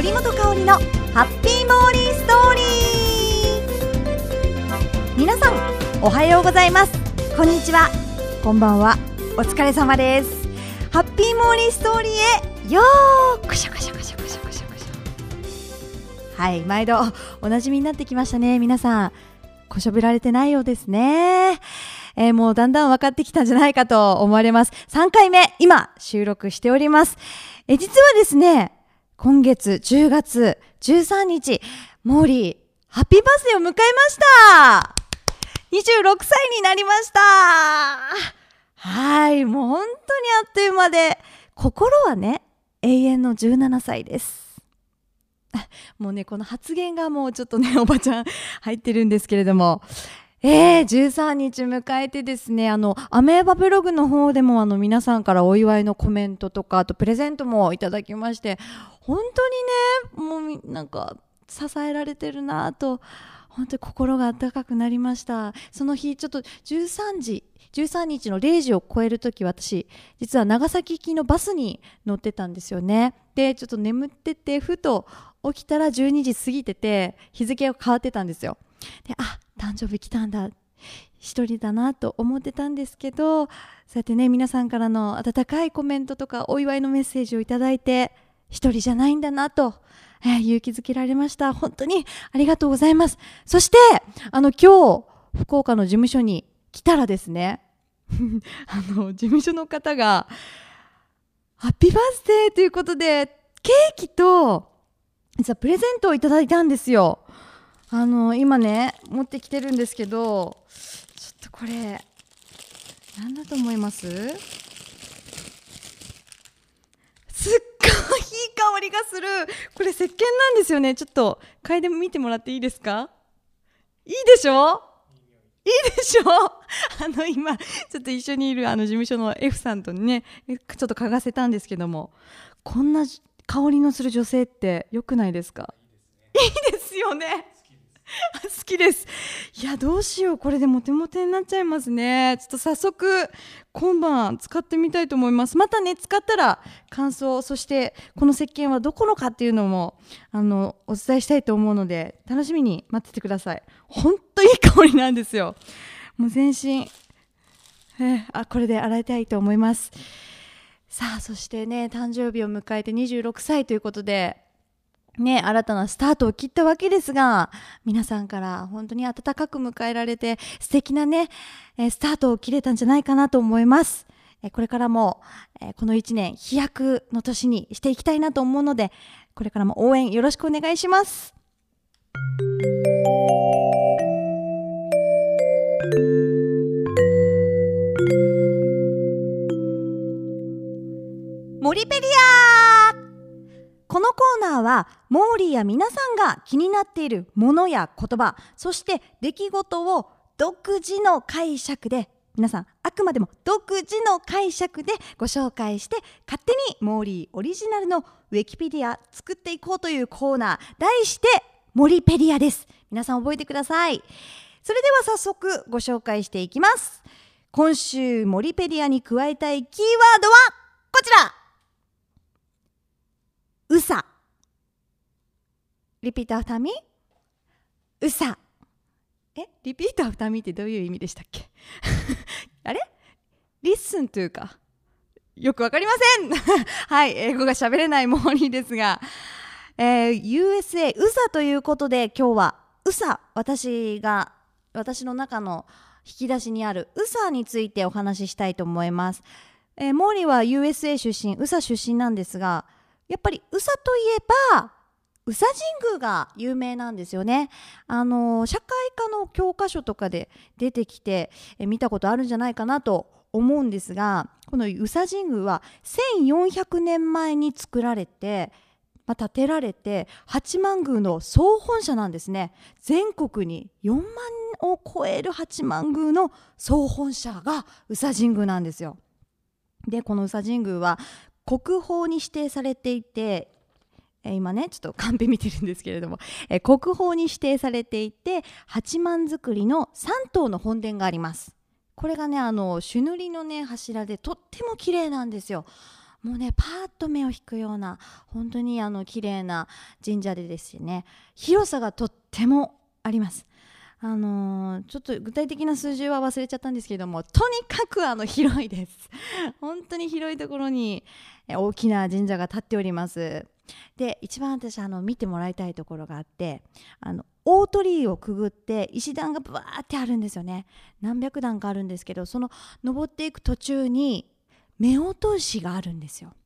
森本香里のハッピーモーリーストーリー。皆さんおはようございます。こんにちは、こんばんは、お疲れ様です。ハッピーモーリーストーリーへよーこしょこしょこしょこしょこしょこしょ。はい、毎度おなじみになってきましたね。皆さんこしょぶられてないようですね。もうだんだん分かってきたんじゃないかと思われます。3回目今収録しております。実はですね、今月10月13日モーリーハッピーバースデーを迎えました。26歳になりました。はい、もう本当にあっという間で、心はね永遠の17歳です。もうね、この発言がもうちょっとねおばちゃん入ってるんですけれども、13日迎えてですね、アメーバブログの方でも皆さんからお祝いのコメントとか、あとプレゼントもいただきまして、本当にね、もうなんか支えられてるなと、本当に心が温かくなりました。その日ちょっと13日の0時を超えるとき、私実は長崎行きのバスに乗ってたんですよね。でちょっと眠ってて、ふと起きたら12時過ぎてて、日付が変わってたんですよ。で、誕生日来たんだ、一人だなと思ってたんですけど、そうやってね、皆さんからの温かいコメントとかお祝いのメッセージをいただいて、一人じゃないんだなと、勇気づけられました。本当にありがとうございます。そして今日福岡の事務所に来たらですね事務所の方がハッピーバースデーということでケーキと実はプレゼントをいただいたんですよ。今ね持ってきてるんですけど、ちょっとこれ何だと思います？すっごいいい香りがする。これ石鹸なんですよね。ちょっと嗅いでみてもらっていいですか？いいでしょ？いいでしょ？今ちょっと一緒にいる事務所の F さんとねちょっと嗅がせたんですけども、こんな香りのする女性って良くないですか？いいですよね。好きです。いや、どうしよう、これでモテモテになっちゃいますね。ちょっと早速今晩使ってみたいと思います。またね、使ったら感想、そしてこの石鹸はどこのかっていうのもお伝えしたいと思うので、楽しみに待っててください。本当いい香りなんですよ。もう全身これで洗いたいと思います。さあ、そしてね、誕生日を迎えて26歳ということでね、新たなスタートを切ったわけですが、皆さんから本当に温かく迎えられて、素敵なね、スタートを切れたんじゃないかなと思います。これからも、この1年飛躍の年にしていきたいなと思うので、これからも応援よろしくお願いします。モリペリア。このコーナーはモーリーや皆さんが気になっているものや言葉、そして出来事を独自の解釈で、皆さんあくまでも独自の解釈でご紹介して、勝手にモーリーオリジナルのウィキペディア作っていこうというコーナー、題してモリペディアです。皆さん覚えてください。それでは早速ご紹介していきます。今週モリペディアに加えたいキーワードはこちら。うさ。リピートアフターミー。うさ。リピートアフターミーってどういう意味でしたっけ？あれ？リッスンというかよくわかりません。はい、英語が喋れないモーリーですが、USA うさということで、今日はうさ、私の中の引き出しにあるうさについてお話ししたいと思います。モーリーは USA 出身、うさ出身なんですが、やっぱり宇佐といえば宇佐神宮が有名なんですよね。社会科の教科書とかで出てきて見たことあるんじゃないかなと思うんですが、この宇佐神宮は1400年前に作られて、建てられて八幡宮の総本社なんですね。全国に4万を超える八幡宮の総本社が宇佐神宮なんですよ。で、この宇佐神宮は国宝に指定されていて、今ねちょっとカンペ見てるんですけれども、国宝に指定されていて、八幡造りの3棟の本殿があります。これがね朱塗りのね柱でとっても綺麗なんですよ。 もうねパーッと目を引くような本当に綺麗な神社でですね、広さがとってもあります。ちょっと具体的な数字は忘れちゃったんですけども、とにかく広いです。本当に広いところに大きな神社が建っております。で一番私見てもらいたいところがあって、大鳥居をくぐって石段がブワーってあるんですよね。何百段かあるんですけど、その登っていく途中に夫婦石があるんですよ。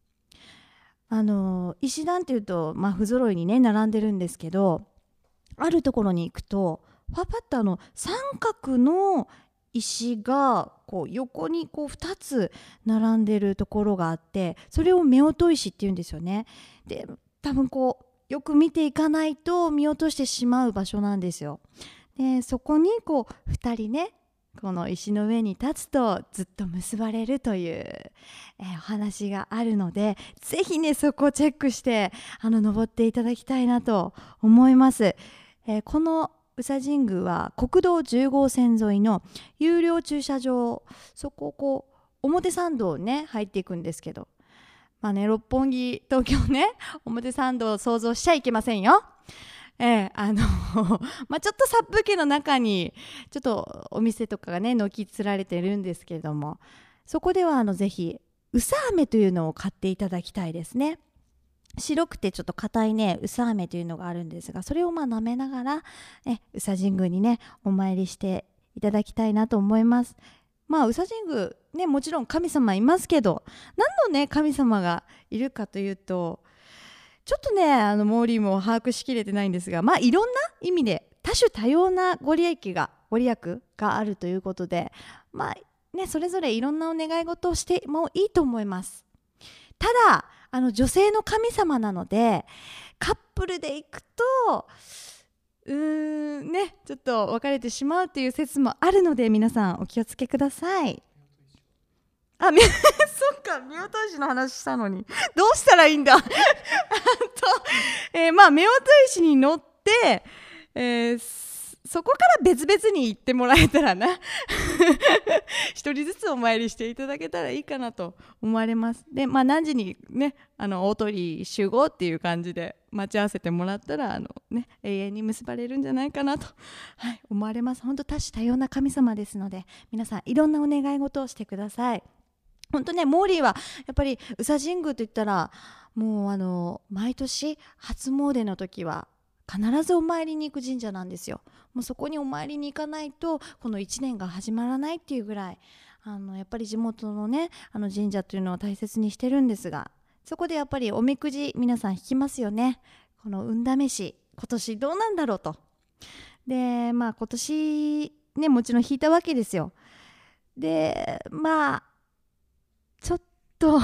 石段っていうと、不揃いにね並んでるんですけど、あるところに行くとパパッと三角の石がこう横にこう2つ並んでるところがあって、それを夫婦石っていうんですよね。で多分こうよく見ていかないと見落としてしまう場所なんですよ。でそこにこう2人ねこの石の上に立つとずっと結ばれるという、お話があるので、ぜひねそこをチェックして登っていただきたいなと思います。この宇佐神宮は国道10号線沿いの有料駐車場、そこをこう表参道をね入っていくんですけど、六本木東京ね表参道を想像しちゃいけませんよ。ちょっと殺風景の中にちょっとお店とかがね軒つられてるんですけれども、そこではぜひ宇佐飴というのを買っていただきたいですね。白くてちょっと硬いね宇佐飴というのがあるんですが、それを舐めながら宇佐神宮にねお参りしていただきたいなと思います。宇佐神宮ね、もちろん神様いますけど、何のね神様がいるかというと、ちょっとねモーリーも把握しきれてないんですが、いろんな意味で多種多様なご利益があるということで、それぞれいろんなお願い事をしてもいいと思います。ただ女性の神様なのでカップルで行くとちょっと別れてしまうという説もあるので、皆さんお気をつけください。そっか、夫婦石の話したのにどうしたらいいんだ夫婦石に乗って、そこから別々に行ってもらえたらな一人ずつお参りしていただけたらいいかなと思われます。で、何時にね大鳥居集合っていう感じで待ち合わせてもらったら永遠に結ばれるんじゃないかなと、思われます。本当多種多様な神様ですので、皆さんいろんなお願い事をしてください。本当ね、モーリーはやっぱり宇佐神宮といったらもう毎年初詣の時は必ずお参りに行く神社なんですよ。もうそこにお参りに行かないとこの1年が始まらないっていうぐらいやっぱり地元のね神社というのを大切にしてるんですが、そこでやっぱりおみくじ皆さん引きますよね。この運試し、今年どうなんだろうと。で今年ねもちろん引いたわけですよ。でちょっと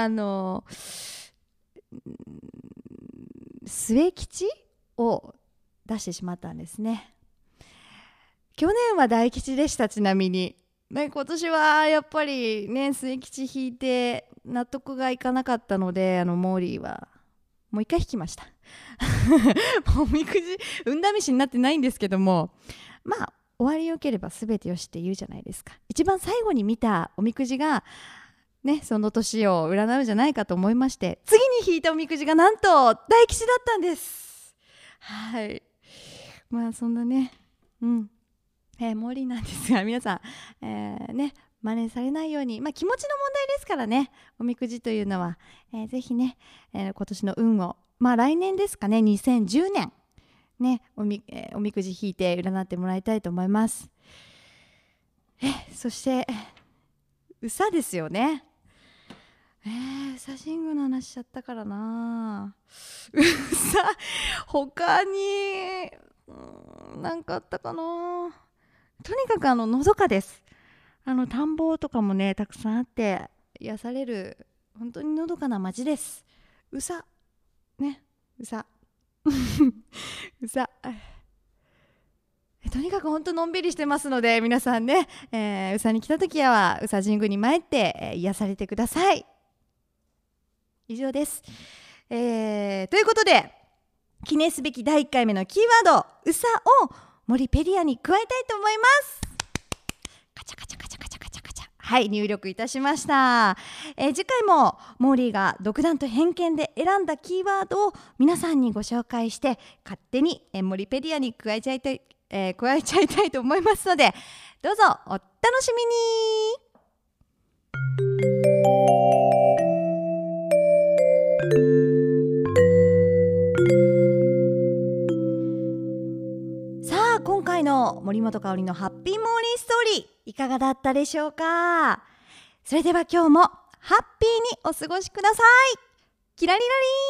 末吉を出してしまったんですね。去年は大吉でした。ちなみに、今年はやっぱりね末吉引いて納得がいかなかったので、モーリーはもう一回引きましたおみくじ運試しになってないんですけども、終わりよければ全てよしって言うじゃないですか。一番最後に見たおみくじがねその年を占うんじゃないかと思いまして、次に引いたおみくじがなんと大吉だったんです。そんなねモーリーなんですが、皆さん、真似されないように、気持ちの問題ですからね、おみくじというのは、ぜひね、今年の運を、来年ですかね、2010年ねおみくじ引いて占ってもらいたいと思います。そして宇佐ですよね。宇佐神宮の話しちゃったからな。宇佐他に何かあったかな。とにかくのどかです。田んぼとかもねたくさんあって癒される本当にのどかな町です。宇佐ね宇佐宇佐とにかく本当のんびりしてますので、皆さんね、宇佐に来た時は宇佐神宮に参って、癒されてください。以上です。ということで記念すべき第1回目のキーワード宇佐をモリペディアに加えたいと思います。カチャカチャカチャカチャカチャカチャ。 はい、入力いたしました。次回もモーリーが独断と偏見で選んだキーワードを皆さんにご紹介して、勝手にモリペディアに加えちゃいたいと思いますので、どうぞお楽しみに。さあ、今回の森本香織のハッピーモーリーストーリー、いかがだったでしょうか。それでは今日もハッピーにお過ごしください。キラリラ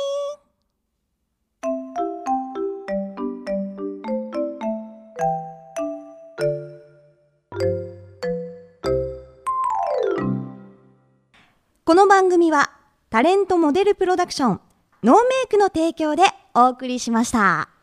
リー。この番組はタレントモデルプロダクションノーメイクの提供でお送りしました。